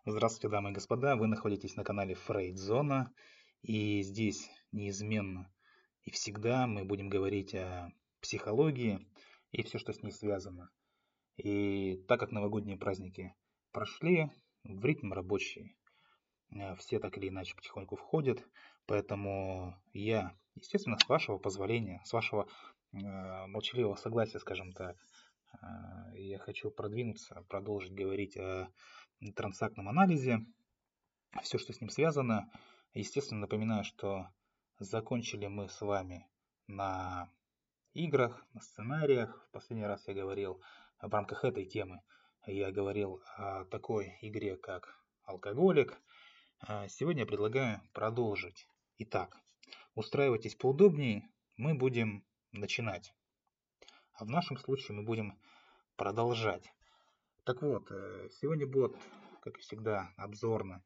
Здравствуйте, дамы и господа, вы находитесь на канале Фрейдзона, и здесь неизменно и всегда мы будем говорить о психологии и все, что с ней связано. И так как новогодние праздники прошли, в ритм рабочий все так или иначе потихоньку входят, поэтому я, естественно, с вашего позволения, с вашего молчаливого согласия, скажем так, я хочу продвинуться, продолжить говорить о трансактном анализе, все, что с ним связано. Естественно, напоминаю, что закончили мы с вами на играх, на сценариях. В последний раз я говорил в рамках этой темы, я говорил о такой игре, как алкоголик. Сегодня я предлагаю продолжить. Итак, устраивайтесь поудобнее, мы будем начинать. А в нашем случае мы будем продолжать. Так вот, сегодня будет, как и всегда, обзорно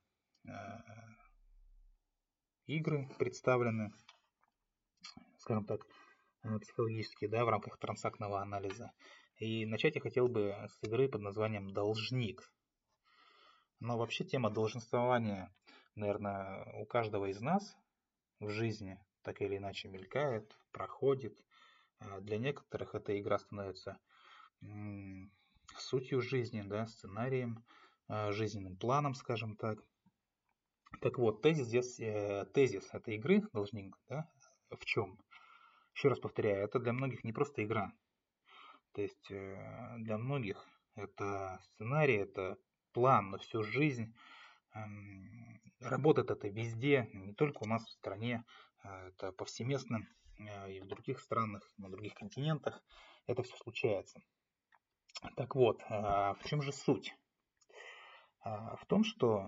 игры представлены, скажем так, психологически, да, в рамках трансактного анализа. И начать я хотел бы с игры под названием «Должник». Но вообще тема долженствования, наверное, у каждого из нас в жизни так или иначе мелькает, проходит. Для некоторых эта игра становится сутью жизни, да, сценарием, жизненным планом, скажем так. Так вот, тезис этой игры «Должник», да, в чем? Еще раз повторяю, это для многих не просто игра. То есть для многих это сценарий, это план на всю жизнь. Работает это везде, не только у нас в стране, это повсеместно и в других странах, на других континентах это все случается. Так вот, в чем же суть? В том, что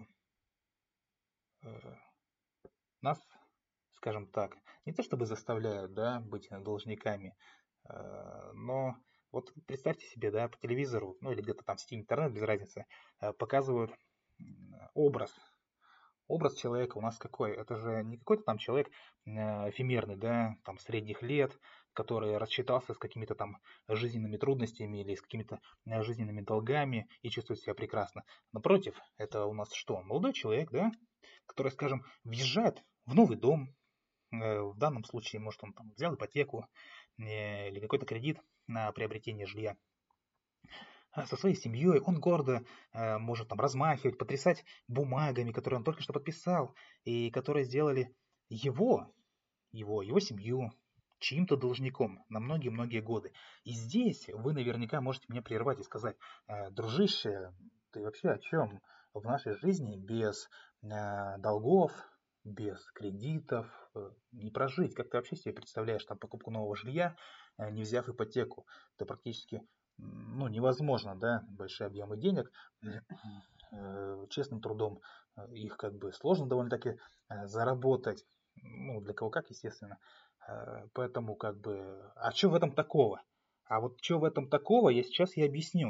нас, скажем так, не то чтобы заставляют, да, быть должниками, но вот представьте себе, да, по телевизору, ну или где-то там в сети интернет, без разницы, показывают образ. Образ человека у нас какой? Это же не какой-то там человек эфемерный, да, там средних лет, который рассчитался с какими-то там жизненными трудностями или с какими-то жизненными долгами и чувствует себя прекрасно. Напротив, это у нас что? Молодой человек, да, который, скажем, въезжает в новый дом, в данном случае, может, он там взял ипотеку или какой-то кредит на приобретение жилья со своей семьей, он гордо может там размахивать, потрясать бумагами, которые он только что подписал, и которые сделали его семью чьим-то должником на многие-многие годы. И здесь вы наверняка можете меня прервать и сказать: дружище, ты вообще о чем? В нашей жизни без долгов, без кредитов не прожить. Как ты вообще себе представляешь там покупку нового жилья, не взяв ипотеку? Это практически ну, невозможно, да, большие объемы денег, честным трудом их как бы сложно довольно-таки заработать, ну, для кого как, естественно. Поэтому как бы, а что в этом такого? А вот что в этом такого, я сейчас и объясню.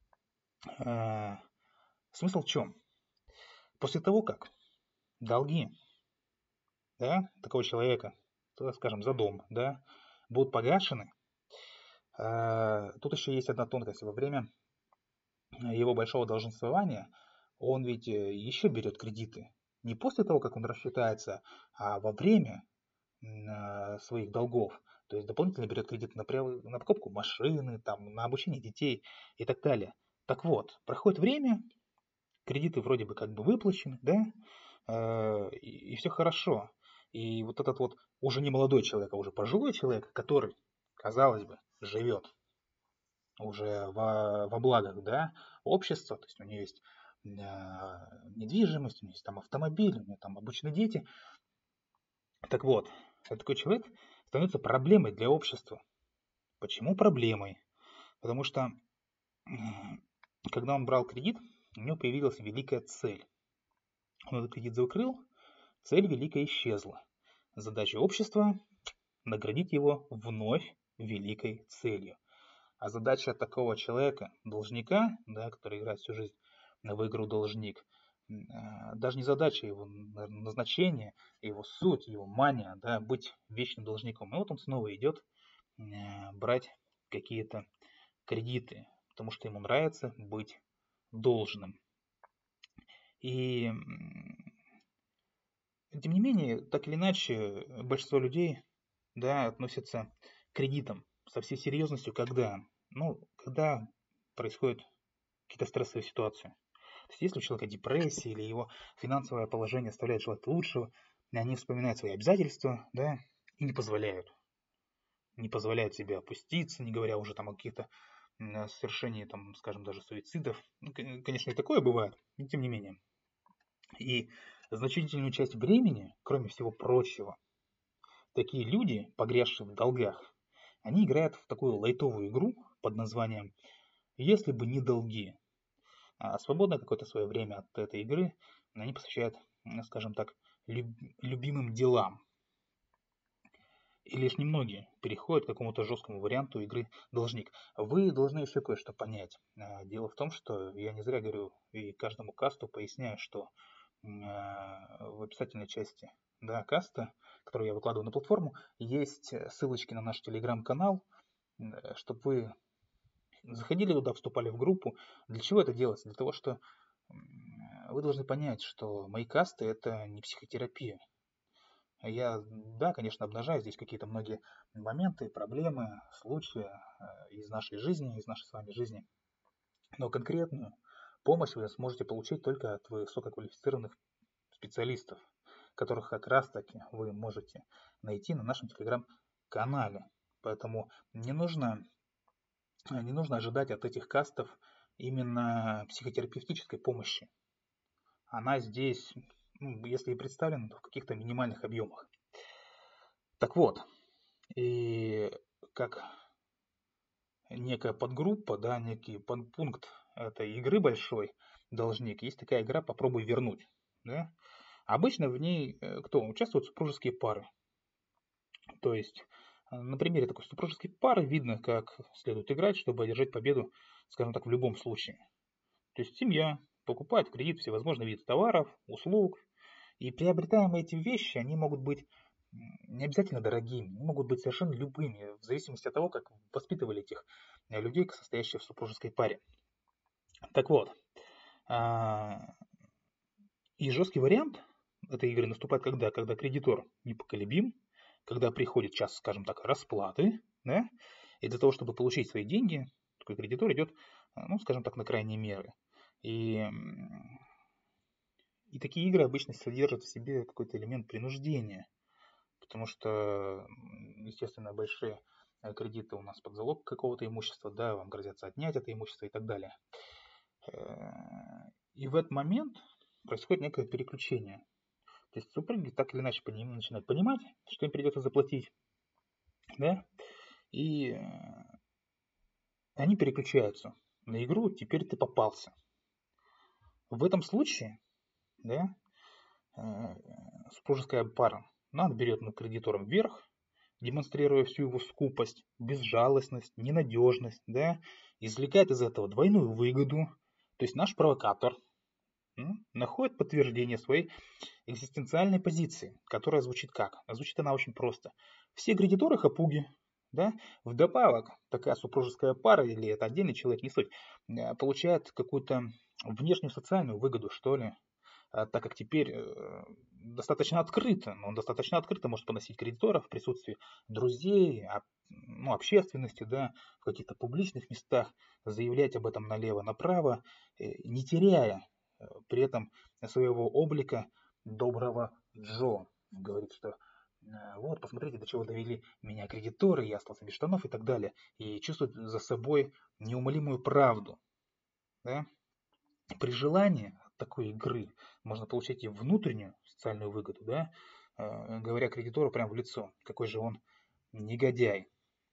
Смысл в чем? После того, как долги, да, такого человека, скажем, за дом, да, будут погашены, тут еще есть одна тонкость. Во время его большого долженствования он ведь еще берет кредиты. Не после того, как он рассчитается, а во время своих долгов. То есть дополнительно берет кредит на покупку машины, там, на обучение детей и так далее. Так вот, проходит время, кредиты вроде бы как бы выплачены, да, и все хорошо. И вот этот вот уже не молодой человек, а уже пожилой человек, который, казалось бы, живет уже во благах, да, общества, то есть у нее есть недвижимость, у нее есть там автомобиль, у нее там обучены дети. Так вот, такой человек становится проблемой для общества. Почему проблемой? Потому что, когда он брал кредит, у него появилась великая цель. Он этот кредит закрыл, цель великая исчезла. Задача общества – наградить его вновь великой целью. А задача такого человека, должника, да, который играет всю жизнь в игру должник, даже не задача его назначение, его суть, его мания, да, быть вечным должником. И вот он снова идет брать какие-то кредиты, потому что ему нравится быть должным. И тем не менее, так или иначе, большинство людей, да, относятся к кредитам со всей серьезностью, когда? Ну, когда происходят какие-то стрессовые ситуации. То есть если у человека депрессия или его финансовое положение оставляет желать лучшего, они вспоминают свои обязательства, да, и не позволяют себе опуститься, не говоря уже там о каких-то совершении, там, скажем, даже суицидов. Ну, конечно, и такое бывает, но тем не менее. И значительную часть времени, кроме всего прочего, такие люди, погрязшие в долгах, они играют в такую лайтовую игру под названием «Если бы не долги». А свободное какое-то свое время от этой игры они посвящают, скажем так, любимым делам. И лишь немногие переходят к какому-то жесткому варианту игры должник. Вы должны еще кое-что понять. Дело в том, что я не зря говорю и каждому касту поясняю, что в описательной части, да, каста, которую я выкладываю на платформу, есть ссылочки на наш телеграм-канал, чтобы вы заходили туда, вступали в группу. Для чего это делается? Для того, что вы должны понять, что мои касты это не психотерапия. Я, да, конечно, обнажаю здесь какие-то многие моменты, проблемы, случаи из нашей жизни, из нашей с вами жизни. Но конкретную помощь вы сможете получить только от высококвалифицированных специалистов, которых как раз таки вы можете найти на нашем телеграм-канале. Поэтому не нужно ожидать от этих кастов именно психотерапевтической помощи. Она здесь, если и представлена, то в каких-то минимальных объемах. Так вот, и как некая подгруппа, да, некий подпункт этой игры большой, должник, есть такая игра «Попробуй вернуть». Да? Обычно в ней кто? Участвуют супружеские пары. То есть на примере такой супружеской пары видно, как следует играть, чтобы одержать победу, скажем так, в любом случае. То есть семья покупает в кредит всевозможные виды товаров, услуг, и приобретаемые эти вещи, они могут быть не обязательно дорогими, они могут быть совершенно любыми, в зависимости от того, как воспитывали этих людей, состоящих в супружеской паре. Так вот, и жесткий вариант этой игры наступает когда? Когда кредитор непоколебим, когда приходит час, скажем так, расплаты, да, и для того, чтобы получить свои деньги, такой кредитор идет, ну, скажем так, на крайние меры. И такие игры обычно содержат в себе какой-то элемент принуждения, потому что, естественно, большие кредиты у нас под залог какого-то имущества, да, вам грозятся отнять это имущество и так далее. И в этот момент происходит некое переключение. То есть супруги так или иначе начинают понимать, что им придется заплатить, да, и они переключаются на игру «Теперь ты попался». В этом случае, да, супружеская пара, она берет над кредитором вверх, демонстрируя всю его скупость, безжалостность, ненадежность, да, извлекает из этого двойную выгоду. То есть наш провокатор находит подтверждение своей экзистенциальной позиции, которая звучит как? Звучит она очень просто. Все кредиторы хапуги, да? Вдобавок, такая супружеская пара или это отдельный человек, не суть, получает какую-то внешнюю социальную выгоду, что ли, так как теперь достаточно открыто, но он достаточно открыто может поносить кредиторов в присутствии друзей, ну, общественности, да, в каких-то публичных местах, заявлять об этом налево-направо, не теряя при этом своего облика доброго Джо. Говорит, что вот, посмотрите, до чего довели меня кредиторы, я остался без штанов и так далее. И чувствует за собой неумолимую правду. Да? При желании от такой игры можно получать и внутреннюю социальную выгоду, да? Говоря кредитору прямо в лицо, какой же он негодяй.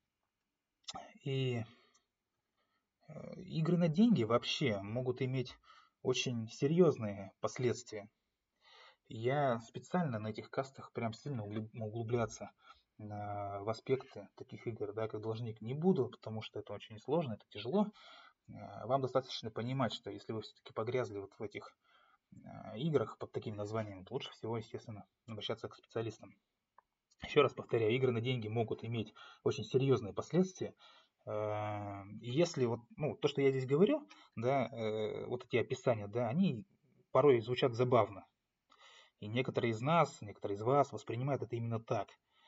И игры на деньги вообще могут иметь очень серьезные последствия. Я специально на этих кастах прям сильно углубляться в аспекты таких игр, да, как должник не буду, потому что это очень сложно, это тяжело. Вам достаточно понимать, что если вы все-таки погрязли вот в этих играх под таким названием, то лучше всего, естественно, обращаться к специалистам. Еще раз повторяю, игры на деньги могут иметь очень серьезные последствия. И если вот, ну, то, что я здесь говорю, да, вот эти описания, да, они порой звучат забавно. И некоторые из нас, некоторые из вас воспринимают это именно так.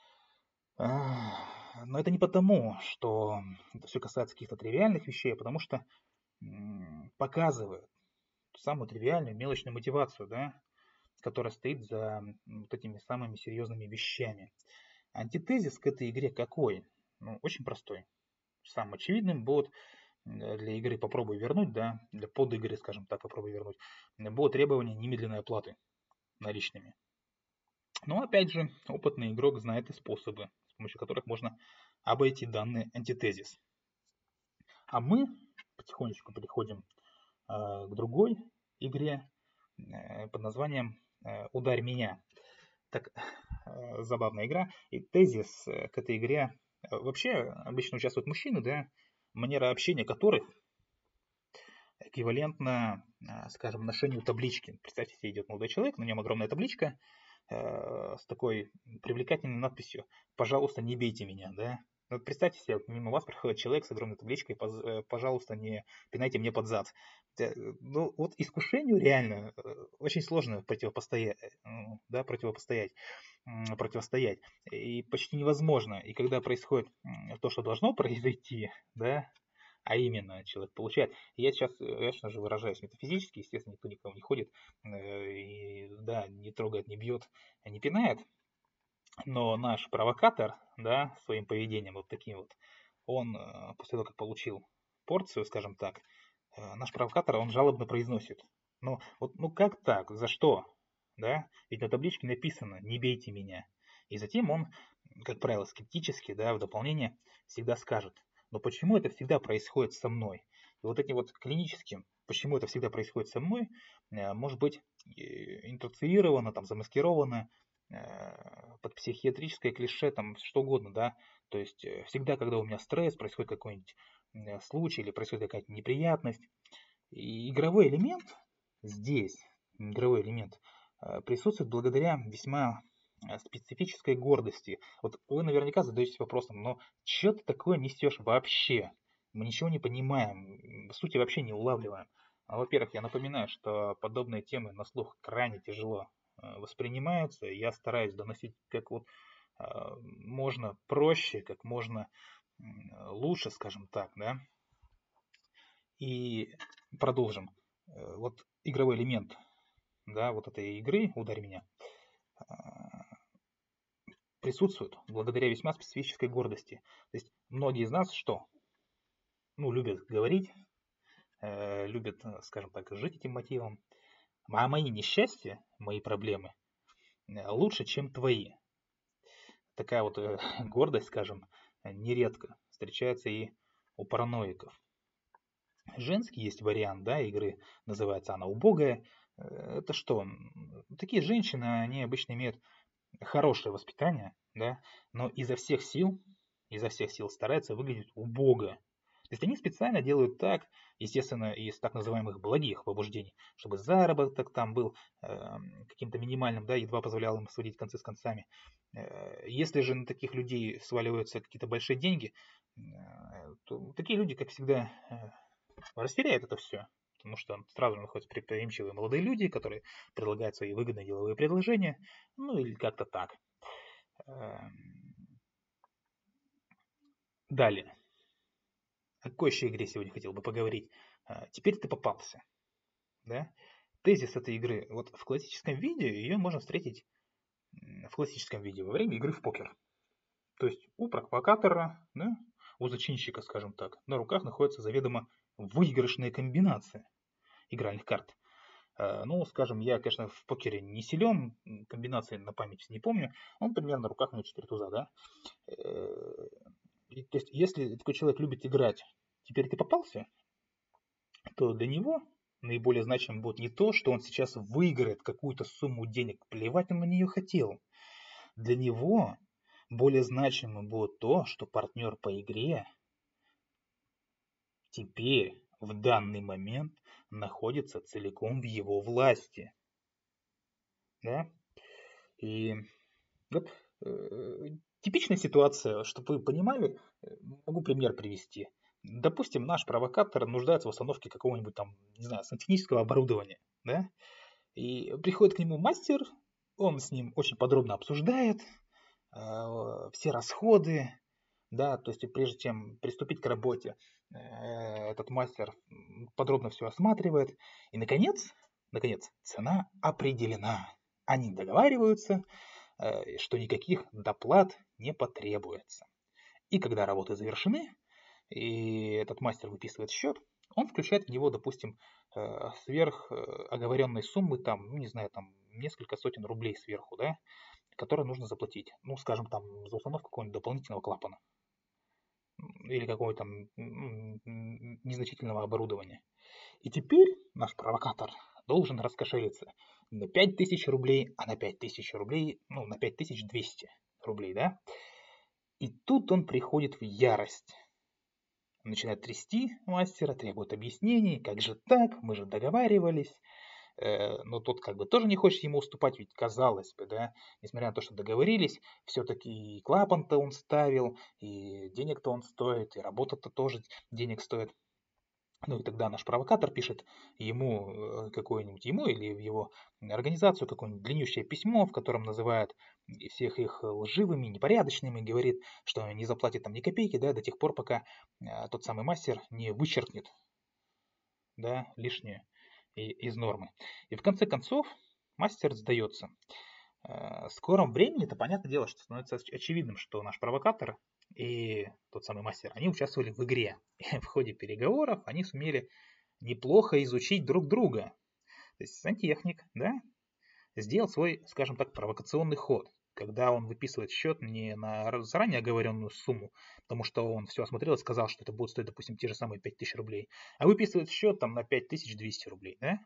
Но это не потому, что это все касается каких-то тривиальных вещей, а потому что показывает ту самую тривиальную, мелочную мотивацию, да, которая стоит за вот этими самыми серьезными вещами. Антитезис к этой игре какой? Ну, очень простой. Самым очевидным будет для игры «Попробуй вернуть», да, для подигры, скажем так, «Попробуй вернуть», будет требование немедленной оплаты наличными. Но опять же, опытный игрок знает и способы, с помощью которых можно обойти данный антитезис. А мы потихонечку переходим к другой игре под названием «Ударь меня». Так, забавная игра. И тезис к этой игре. Вообще, обычно участвуют мужчины, да, манера общения которых эквивалентно, скажем, ношению таблички. Представьте себе, идет молодой человек, на нем огромная табличка с такой привлекательной надписью «Пожалуйста, не бейте меня», да. Вот представьте себе, мимо вас проходит человек с огромной табличкой «Пожалуйста, не пинайте мне под зад». Ну, вот искушению реально очень сложно противостоять, и почти невозможно. И когда происходит то, что должно произойти, да, а именно человек получает. Я сейчас, конечно же, выражаюсь метафизически, естественно, никто никого не ходит, и, да, не трогает, не бьет, не пинает, но наш провокатор, да, своим поведением вот таким вот, он после того, как получил порцию, скажем так, наш провокатор, он жалобно произносит: ну, вот, ну как так, за что, да, ведь на табличке написано «не бейте меня». И затем он, как правило, скептически, да, в дополнение всегда скажет: но почему это всегда происходит со мной? И вот этим вот клиническим, почему это всегда происходит со мной, может быть интуицировано, там, замаскировано под психиатрическое клише, там, что угодно, да. То есть всегда, когда у меня стресс, происходит какой-нибудь случай или происходит какая-то неприятность, и игровой элемент здесь, игровой элемент, присутствует благодаря весьма специфической гордости. Вот вы наверняка задаетесь вопросом, но что ты такое несешь вообще? Мы ничего не понимаем, сути вообще не улавливаем. Во-первых, я напоминаю, что подобные темы на слух крайне тяжело воспринимаются. Я стараюсь доносить как вот можно проще, как можно лучше, скажем так, да. И продолжим. Вот игровой элемент, да, вот этой игры «Ударь меня» присутствует благодаря весьма специфической гордости. То есть многие из нас что? Ну, любят говорить, любят, скажем так, жить этим мотивом. А мои несчастья, мои проблемы лучше, чем твои. Такая вот гордость, скажем, нередко встречается и у параноиков. Женский есть вариант, да, игры, называется она «Убогая». Это что? Такие женщины, они обычно имеют хорошее воспитание, да, но изо всех сил стараются выглядеть убого. То есть они специально делают так, естественно, из так называемых благих побуждений, чтобы заработок там был каким-то минимальным, да, едва позволял им сводить концы с концами. Если же на таких людей сваливаются какие-то большие деньги, то такие люди, как всегда, растеряют это все. Потому что сразу находятся предприимчивые молодые люди, которые предлагают свои выгодные деловые предложения, ну или как-то так. Далее. О какой еще игре сегодня хотел бы поговорить? Теперь ты попался. Да? Тезис этой игры. Вот в классическом виде ее можно встретить в классическом виде во время игры в покер. То есть у провокатора, да, у зачинщика, скажем так, на руках находится заведомо выигрышная комбинация игральных карт. Ну, скажем, я, конечно, в покере не силен, комбинации на память не помню. Он примерно на руках у него 4 туза, да. То есть, если такой человек любит играть, теперь ты попался, то для него наиболее значимым будет не то, что он сейчас выиграет какую-то сумму денег, плевать он на нее хотел. Для него более значимым будет то, что партнер по игре теперь, в данный момент, находится целиком в его власти. Да? И вот типичная ситуация, чтобы вы понимали, могу пример привести. Допустим, наш провокатор нуждается в установке какого-нибудь там, не знаю, сантехнического оборудования, да? И приходит к нему мастер, он с ним очень подробно обсуждает все расходы, да, то есть и прежде чем приступить к работе, этот мастер подробно все осматривает. И, наконец, цена определена. Они договариваются, что никаких доплат не потребуется. И когда работы завершены, и этот мастер выписывает счет, он включает в него, допустим, сверх оговоренной суммы, там, ну, не знаю, там несколько сотен рублей сверху, да, которые нужно заплатить. Ну, скажем, там за установку какого-нибудь дополнительного клапана или какого-то там незначительного оборудования. И теперь наш провокатор должен раскошелиться не на 5000 рублей, а на 5000 рублей, ну, на 5200 рублей, да? И тут он приходит в ярость. Начинает трясти мастера, требует объяснений, как же так, мы же договаривались. Но тот как бы тоже не хочет ему уступать, ведь казалось бы, да, несмотря на то, что договорились, все-таки и клапан-то он ставил, и денег-то он стоит, и работа-то тоже денег стоит. Ну и тогда наш провокатор пишет ему какое-нибудь, ему или в его организацию какое-нибудь длиннющее письмо, в котором называет всех их лживыми, непорядочными, говорит, что не заплатит там ни копейки, да, до тех пор, пока тот самый мастер не вычеркнет, да, лишнее из нормы. И в конце концов мастер сдается. В скором времени, это понятное дело, что становится очевидным, что наш провокатор и тот самый мастер, они участвовали в игре. И в ходе переговоров они сумели неплохо изучить друг друга. То есть сантехник, да, сделал свой, скажем так, провокационный ход, когда он выписывает счет не на заранее оговоренную сумму, потому что он все осмотрел и сказал, что это будет стоить, допустим, те же самые 5000 рублей, а выписывает счет там на 5200 рублей, да.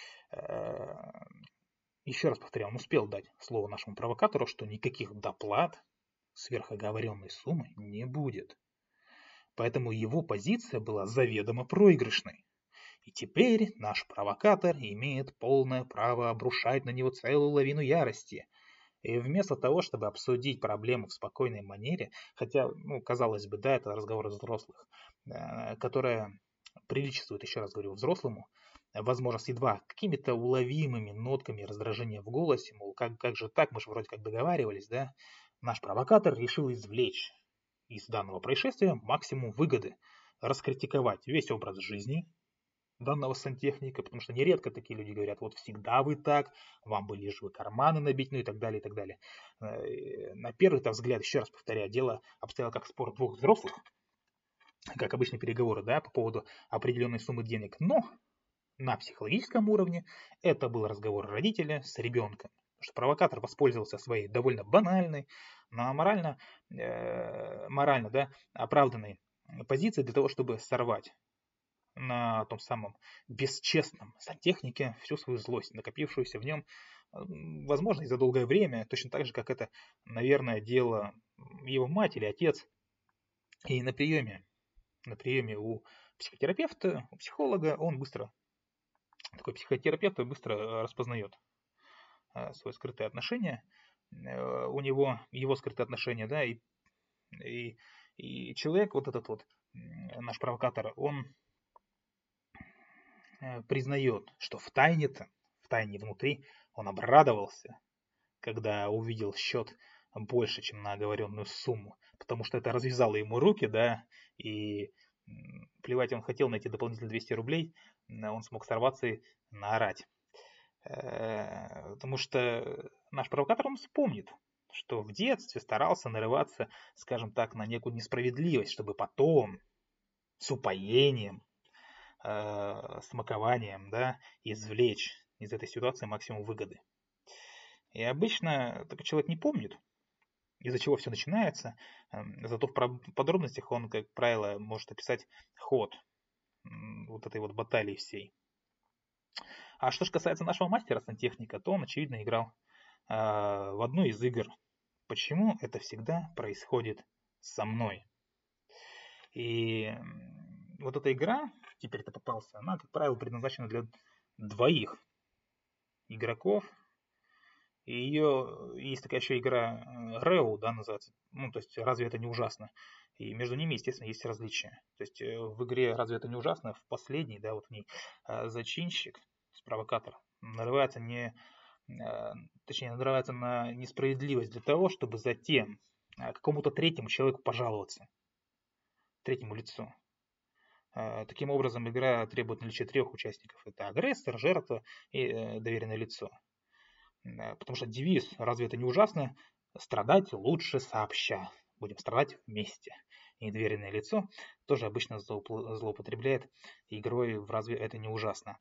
Еще раз повторяю, он успел дать слово нашему провокатору, что никаких доплат сверхоговоренной суммы не будет. Поэтому его позиция была заведомо проигрышной. И теперь наш провокатор имеет полное право обрушать на него целую лавину ярости. И вместо того, чтобы обсудить проблему в спокойной манере, хотя, ну, казалось бы, да, это разговор взрослых, которая приличествует, еще раз говорю, взрослому, возможно, с едва какими-то уловимыми нотками раздражения в голосе, мол, как же так, мы же вроде как договаривались, да, наш провокатор решил извлечь из данного происшествия максимум выгоды, раскритиковать весь образ жизни данного сантехника, потому что нередко такие люди говорят, вот всегда вы так, вам бы лишь бы карманы набить, ну и так далее, и так далее. На первый взгляд, еще раз повторяю, дело обстояло как спор двух взрослых, как обычные переговоры, да, по поводу определенной суммы денег, но на психологическом уровне это был разговор родителя с ребенком, потому что провокатор воспользовался своей довольно банальной, но морально, да, оправданной позицией для того, чтобы сорвать на том самом бесчестном сантехнике всю свою злость, накопившуюся в нем, возможно, и за долгое время, точно так же, как это, наверное, делала его мать или отец. И на приеме у психотерапевта, у психолога, такой психотерапевт быстро распознает свое скрытое отношение, у него его скрытое отношение, да, и человек, вот этот вот наш провокатор, он признает, что в тайне внутри, он обрадовался, когда увидел счет больше, чем на оговоренную сумму, потому что это развязало ему руки, да, и плевать он хотел найти дополнительные 200 рублей, он смог сорваться и наорать. Потому что наш провокатор, он вспомнит, что в детстве старался нарываться, скажем так, на некую несправедливость, чтобы потом с упоением, смакованием, да, извлечь из этой ситуации максимум выгоды. И обычно такой человек не помнит, из-за чего все начинается, зато в подробностях он, как правило, может описать ход вот этой вот баталии всей. А что же касается нашего мастера сантехника, то он, очевидно, играл в одну из игр. Почему это всегда происходит со мной? И вот эта игра, теперь это попался, она, как правило, предназначена для двоих игроков. И ее есть такая еще игра Рэу, да, называется. Ну, то есть, разве это не ужасно? И между ними, естественно, есть различия. То есть в игре «Разве это не ужасно?» в последней, да, вот в ней зачинщик, провокатор, нарывается надрывается на несправедливость для того, чтобы затем какому-то третьему человеку пожаловаться, третьему лицу. Таким образом, игра требует наличия трех участников. Это агрессор, жертва и доверенное лицо. Потому что девиз «Разве это не ужасно?» «Страдать лучше сообща». Будем страдать вместе. И доверенное лицо тоже обычно злоупотребляет игрой в «Разве это не ужасно?».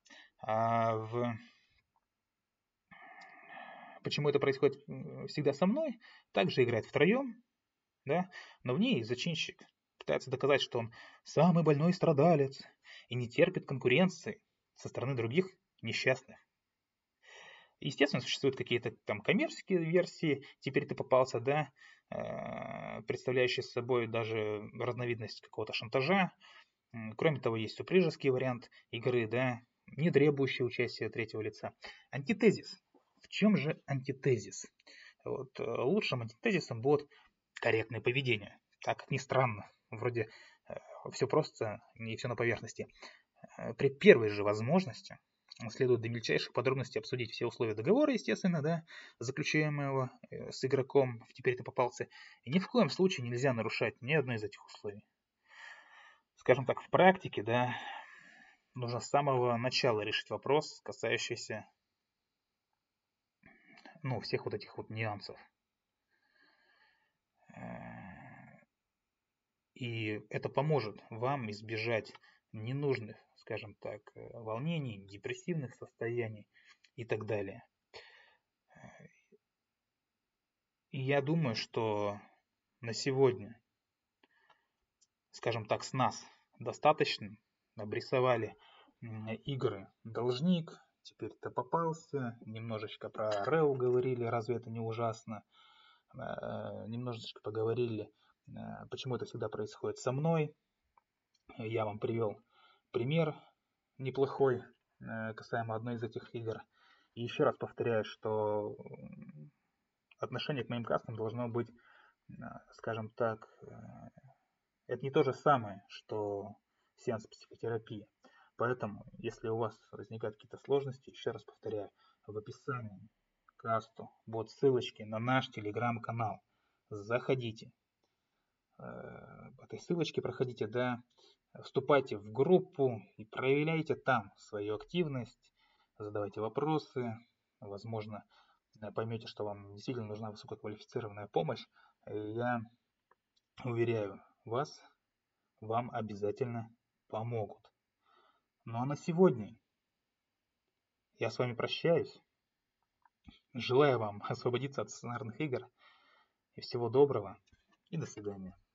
Почему это происходит всегда со мной? Также играет втроем, да? Но в ней зачинщик пытается доказать, что он самый больной страдалец и не терпит конкуренции со стороны других несчастных. Естественно, существуют какие-то там коммерческие версии, теперь ты попался, да, представляющие собой даже разновидность какого-то шантажа. Кроме того, есть супружеский вариант игры, да, не требующий участия третьего лица. Антитезис. В чем же антитезис? Вот, лучшим антитезисом будет корректное поведение. Так как ни странно, вроде все просто и все на поверхности. При первой же возможности следует до мельчайших подробностей обсудить все условия договора, естественно, да, заключаемого с игроком, теперь ты попался. И ни в коем случае нельзя нарушать ни одно из этих условий. Скажем так, в практике, да, нужно с самого начала решить вопрос, касающийся, ну, всех вот этих вот нюансов. И это поможет вам избежать ненужных, скажем так, волнений, депрессивных состояний и так далее. И я думаю, что на сегодня, скажем так, с нас достаточно. Обрисовали игры «Должник», теперь ты попался, немножечко про Рэу говорили, разве это не ужасно, немножечко поговорили, почему это всегда происходит со мной. Я вам привел пример неплохой касаемо одной из этих игр. И еще раз повторяю, что отношение к моим кастам должно быть, скажем так, это не то же самое, что сеанс психотерапии. Поэтому, если у вас возникают какие-то сложности, еще раз повторяю, в описании к касту будут ссылочки на наш телеграм-канал. Заходите. По этой ссылочке проходите, да, вступайте в группу и проявляйте там свою активность, задавайте вопросы, возможно, поймете, что вам действительно нужна высококвалифицированная помощь. Я уверяю вас, вам обязательно помогут. Ну а на сегодня я с вами прощаюсь. Желаю вам освободиться от сценарных игр. И всего доброго. И до свидания.